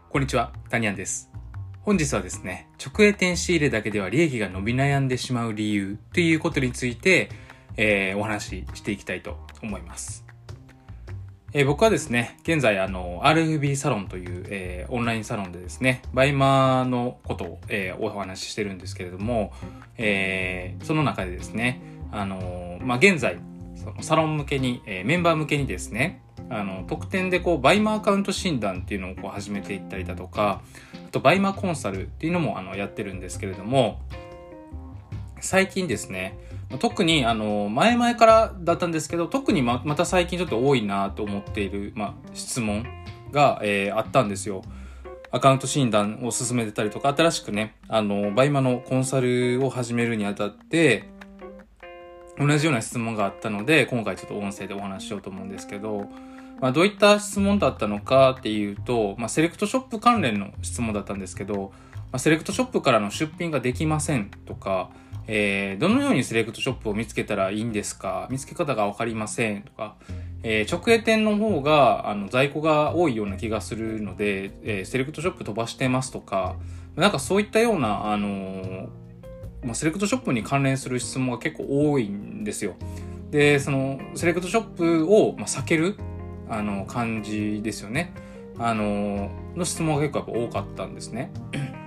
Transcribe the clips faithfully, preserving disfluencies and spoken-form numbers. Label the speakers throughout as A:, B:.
A: こんにちは、タニアンです。本日はですね、直営店仕入れだけでは利益が伸び悩んでしまう理由ということについて、えー、お話ししていきたいと思います。えー、僕はですね、現在あの アールエフビー サロンという、えー、オンラインサロンでですね、バイマーのことを、えー、お話ししてるんですけれども、えー、その中でですね、あのまあ、現在そのサロン向けに、えー、メンバー向けにですね、あの特典でこうバイマーアカウント診断っていうのをこう始めていったりだとか、あとバイマーコンサルっていうのもあのやってるんですけれども、最近ですね、特にあの前々からだったんですけど、特に ま, また最近ちょっと多いなと思っている、まあ、質問が、えー、あったんですよ。アカウント診断を進めてたりとか、新しくね、あのバイマーのコンサルを始めるにあたって同じような質問があったので、今回ちょっと音声でお話ししようと思うんですけど、まあ、どういった質問だったのかっていうと、まあ、セレクトショップ関連の質問だったんですけど、まあ、セレクトショップからの出品ができませんとか、えー、どのようにセレクトショップを見つけたらいいんですか、見つけ方がわかりませんとか、えー、直営店の方があの在庫が多いような気がするので、えー、セレクトショップ飛ばしてますとか、なんかそういったような、あのーまあ、セレクトショップに関連する質問が結構多いんですよ。で、そのセレクトショップを、まあ、避けるあの感じですよね。あのの質問が結構やっぱ多かったんですね。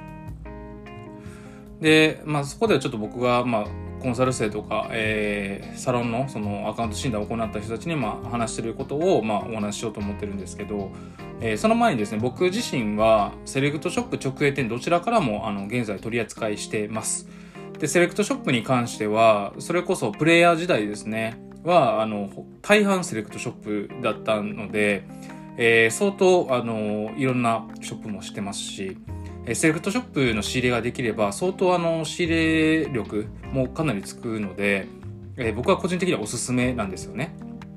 A: で、まあそこではちょっと僕がまあコンサル生とか、えー、サロンのそのアカウント診断を行った人たちにまあ話していることをまあお話ししようと思ってるんですけど、えー、その前にですね、僕自身はセレクトショップ直営店どちらからもあの現在取り扱いしてます。で、セレクトショップに関してはそれこそプレイヤー時代ですねはあの大半セレクトショップだったので、えー、相当あのいろんなショップもしてますし、セレクトショップの仕入れができれば相当あの仕入れ力もかなりつくので、えー、僕は個人的にはおすすめなんですよね。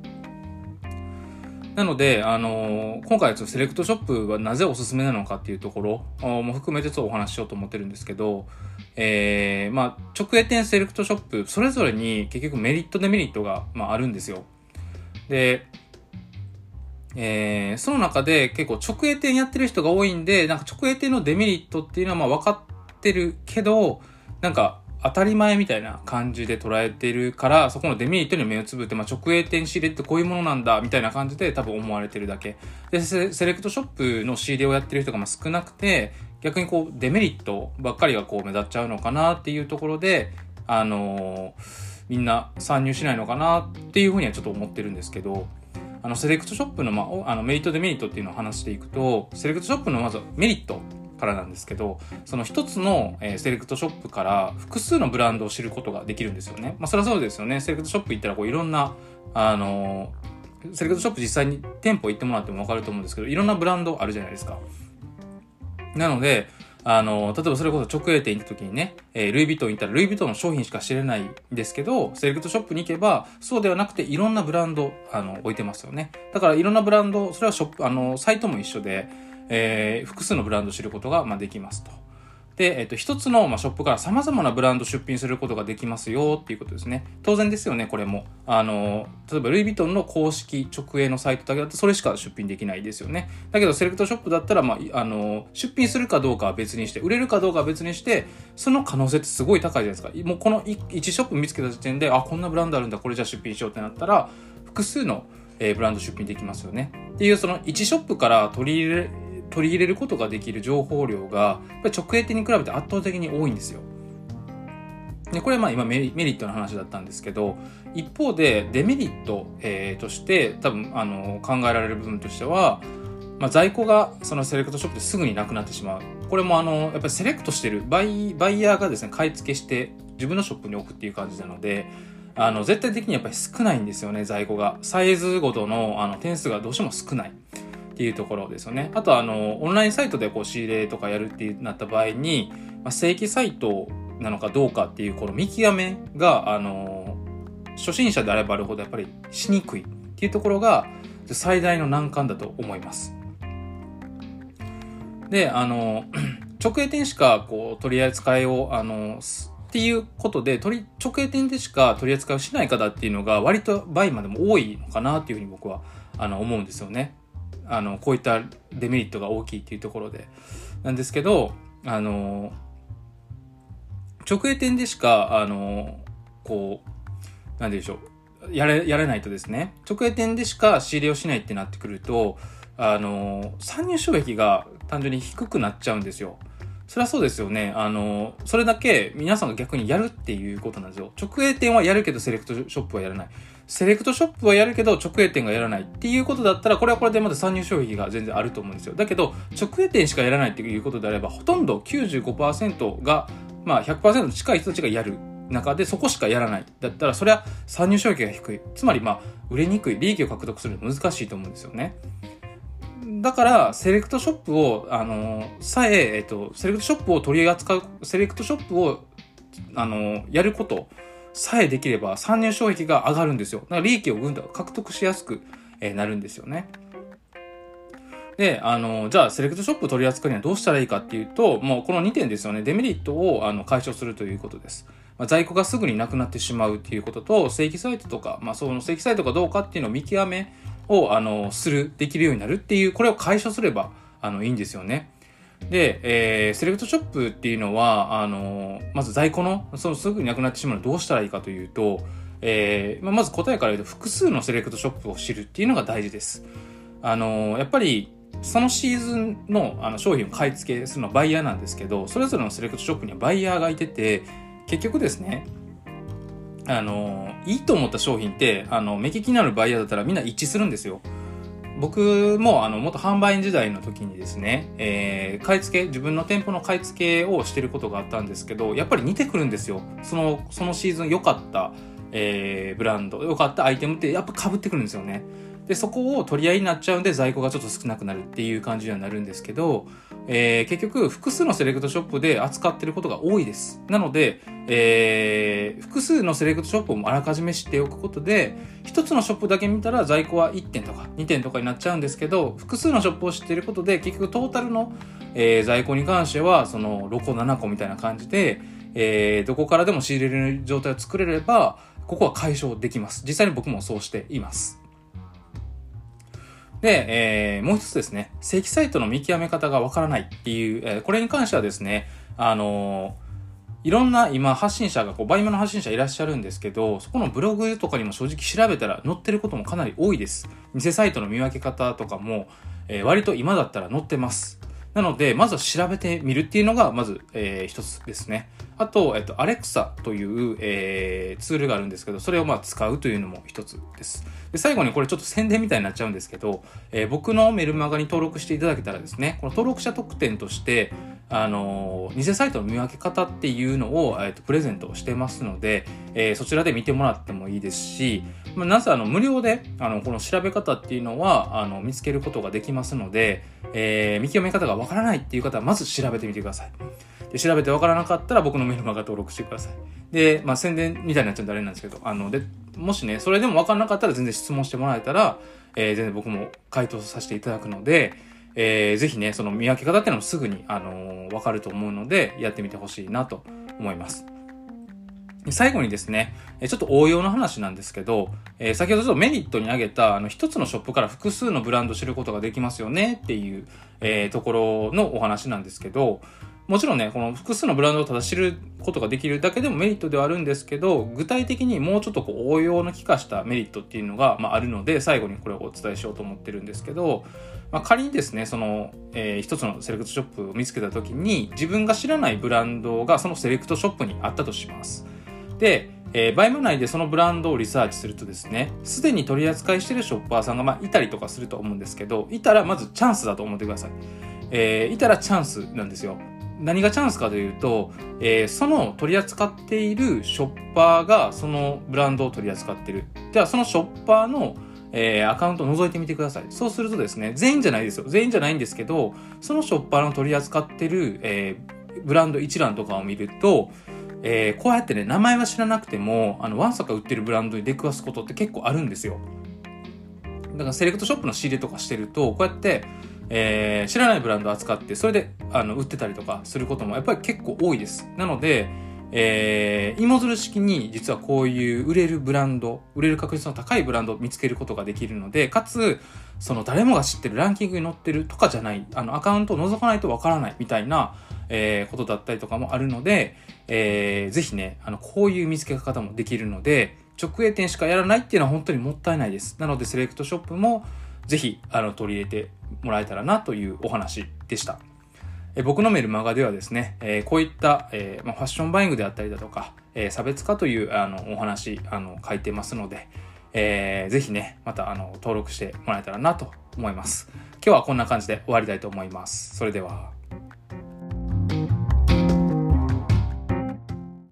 A: なので、あのー、今回はセレクトショップはなぜおすすめなのかっていうところも含めてちょっとお話ししようと思ってるんですけど、えー、まあ、直営店セレクトショップ、それぞれに結局メリットデメリットが、まあ、あるんですよ。で、えー、その中で結構直営店やってる人が多いんで、なんか直営店のデメリットっていうのはまあ分かってるけど、なんか当たり前みたいな感じで捉えてるから、そこのデメリットに目をつぶって、まあ、直営店仕入れってこういうものなんだみたいな感じで多分思われてるだけで、セレクトショップの仕入れをやってる人がまあ少なくて、逆にこうデメリットばっかりがこう目立っちゃうのかなっていうところで、あのー、みんな参入しないのかなっていうふうにはちょっと思ってるんですけど、あのセレクトショップの、まあ、あのメリットデメリットっていうのを話していくと、セレクトショップのまずメリットからなんですけど、その一つの、えー、セレクトショップから複数のブランドを知ることができるんですよね。まあそれはそうですよね。セレクトショップ行ったらこういろんな、あのー、セレクトショップ実際に店舗行ってもらっても分かると思うんですけど、いろんなブランドあるじゃないですか。なので、あの、例えばそれこそ直営店行った時にね、えー、ルイ・ヴィトン行ったらルイ・ヴィトンの商品しか知れないんですけど、セレクトショップに行けば、そうではなくていろんなブランド、あの、置いてますよね。だからいろんなブランド、それはショップ、あの、サイトも一緒で、えー、複数のブランドを知ることが、まあ、できますと。で、えっと、一つの、まあ、ショップから様々なブランド出品することができますよっていうことですね。当然ですよね、これも。あの、例えばルイ・ヴィトンの公式直営のサイトだけだとそれしか出品できないですよね。だけど、セレクトショップだったら、まあ、あの、出品するかどうかは別にして、売れるかどうかは別にして、その可能性ってすごい高いじゃないですか。もうこのいちショップ見つけた時点で、あ、こんなブランドあるんだ、これじゃあ出品しようってなったら、複数の、えー、ブランド出品できますよね。っていう、そのいちショップから取り入れ、取り入れることができる情報量がやっぱり直営店に比べて圧倒的に多いんですよ。で、これはまあ今メリットの話だったんですけど、一方でデメリット、えー、として多分あの考えられる部分としては、まあ、在庫がそのセレクトショップですぐになくなってしまう。これもあのやっぱりセレクトしてるバイ、バイヤーがですね、買い付けして自分のショップに置くっていう感じなので、あの絶対的にやっぱり少ないんですよね、在庫が。サイズごとのあの点数がどうしても少ないっていうところですよね。あとはあのオンラインサイトでこう仕入れとかやるってなった場合に、まあ、正規サイトなのかどうかっていうこの見極めがあの初心者であればあるほどやっぱりしにくいっていうところが最大の難関だと思います。で、あの直営店しかこう取り扱いをあのっていうことで取り直営店でしか取り扱いをしない方っていうのが割とバイマでも多いのかなっていうふうに僕はあの思うんですよね。 あの、こういったデメリットが大きいっていうところで。なんですけど、あの、直営店でしか、あの、こう、なんでしょう、やれ、やれないとですね、直営店でしか仕入れをしないってなってくると、あの、参入障壁が単純に低くなっちゃうんですよ。そりゃそうですよね。あの、それだけ皆さんが逆にやるっていうことなんですよ。直営店はやるけどセレクトショップはやらない。セレクトショップはやるけど直営店がやらないっていうことだったら、これはこれでまだ参入障壁が全然あると思うんですよ。だけど、直営店しかやらないっていうことであれば、ほとんど きゅうじゅうごパーセント が、まあ ひゃくパーセント 近い人たちがやる中で、そこしかやらない。だったら、それは参入障壁が低い。つまり、まあ、売れにくい、利益を獲得するの難しいと思うんですよね。だから、セレクトショップを、あの、さえ、えっと、セレクトショップを取り扱う、セレクトショップを、あの、やることさえできれば、参入障壁が上がるんですよ。だから利益をぐんと獲得しやすくなるんですよね。で、あの、じゃあ、セレクトショップを取り扱うにはどうしたらいいかっていうと、もうこのにてんですよね。デメリットをあの解消するということです。まあ、在庫がすぐになくなってしまうっていうことと、正規サイトとか、まあ、その正規サイトかどうかっていうのを見極めを、あの、する、できるようになるっていう、これを解消すれば、あの、いいんですよね。で、えー、セレクトショップっていうのは、あの、まず在庫の、そのすぐになくなってしまうのはどうしたらいいかというと、えー、まあ、まず答えから言うと、複数のセレクトショップを知るっていうのが大事です。あの、やっぱり、そのシーズンのあの商品を買い付けするのはバイヤーなんですけど、それぞれのセレクトショップにはバイヤーがいてて、結局ですね、あの、いいと思った商品って、あの、目利きのあるバイヤーだったらみんな一致するんですよ。僕も、あの、元販売員時代の時にですね、えー、買い付け、自分の店舗の買い付けをしてることがあったんですけど、やっぱり似てくるんですよ。その、そのシーズン良かった、えー、ブランド、良かったアイテムってやっぱ被ってくるんですよね。で、そこを取り合いになっちゃうんで在庫がちょっと少なくなるっていう感じにはなるんですけど、えー、結局複数のセレクトショップで扱ってることが多いです。なので、えー、複数のセレクトショップをあらかじめ知っておくことで、一つのショップだけ見たら在庫はいってんとかにてんとかになっちゃうんですけど、複数のショップを知っていることで、結局トータルの、えー、在庫に関しては、そのろこななこみたいな感じで、えー、どこからでも仕入れる状態を作れれば、ここは解消できます。実際に僕もそうしています。で、えー、もう一つですね、正規サイトの見極め方がわからないっていう、えー、これに関してはですね、あのー、いろんな今発信者が、こう、バイマの発信者いらっしゃるんですけど、そこのブログとかにも正直調べたら載ってることもかなり多いです。偽サイトの見分け方とかも、えー、割と今だったら載ってます。なので、まずは調べてみるっていうのが、まず、えー、一つですね。あと、えっと、アレクサという、えー、ツールがあるんですけど、それをまあ使うというのも一つです。で、最後にこれちょっと宣伝みたいになっちゃうんですけど、えー、僕のメルマガに登録していただけたらですね、この登録者特典として、あのー、偽サイトの見分け方っていうのを、えーと、プレゼントしてますので、えー、そちらで見てもらってもいいですし、まあ、なぜあの、無料で、あの、この調べ方っていうのは、あの、見つけることができますので、えー、見極め方がわからないっていう方は、まず調べてみてください。で、調べてわからなかったら、僕のメルマガ登録してください。で、まあ、宣伝みたいになっちゃうんであれなんですけど、あの、で、もしね、それでもわからなかったら全然質問してもらえたら、えー、全然僕も回答させていただくので、えー、ぜひね、その見分け方っていうのもすぐに、あのー、わかると思うので、やってみてほしいなと思います。最後にですね、ちょっと応用の話なんですけど、えー、先ほどちょっとメリットに挙げた、あの、一つのショップから複数のブランドを知ることができますよねっていう、えー、ところのお話なんですけど、もちろんね、この複数のブランドをただ知ることができるだけでもメリットではあるんですけど、具体的にもうちょっとこう応用の効かしたメリットっていうのが、まあ、あるので、最後にこれをお伝えしようと思ってるんですけど、まあ、仮にですね、その、えー、一つのセレクトショップを見つけたときに、自分が知らないブランドがそのセレクトショップにあったとします。で、えー、バイマ内でそのブランドをリサーチするとですね、すでに取り扱いしているショッパーさんがまあいたりとかすると思うんですけど、いたらまずチャンスだと思ってください。えー、いたらチャンスなんですよ。何がチャンスかというと、えー、その取り扱っているショッパーがそのブランドを取り扱っている。ではそのショッパーの、えー、アカウントを覗いてみてください。そうするとですね、全員じゃないですよ。全員じゃないんですけど、そのショッパーの取り扱っている、えー、ブランド一覧とかを見ると、えー、こうやってね、名前は知らなくても、あの、ワンサカ売ってるブランドに出くわすことって結構あるんですよ。だからセレクトショップの仕入れとかしてると、こうやって、えー、知らないブランドを扱って、それで、あの、売ってたりとかすることもやっぱり結構多いです。なので、 えー、芋づる式に実はこういう売れるブランド、売れる確率の高いブランドを見つけることができるので、かつ、その誰もが知ってるランキングに載ってるとかじゃない、あのアカウントを覗かないとわからないみたいな、えー、ことだったりとかもあるので、えー、ぜひね、あの、こういう見つけ方もできるので、直営店しかやらないっていうのは本当にもったいないです。なので、セレクトショップもぜひ、あの、取り入れてもらえたらなというお話でした。え僕のメルマガではですね、えー、こういった、えーまあ、ファッションバイングであったりだとか、えー、差別化というあのお話あの書いてますので、えー、ぜひね、またあの登録してもらえたらなと思います。今日はこんな感じで終わりたいと思います。それでは。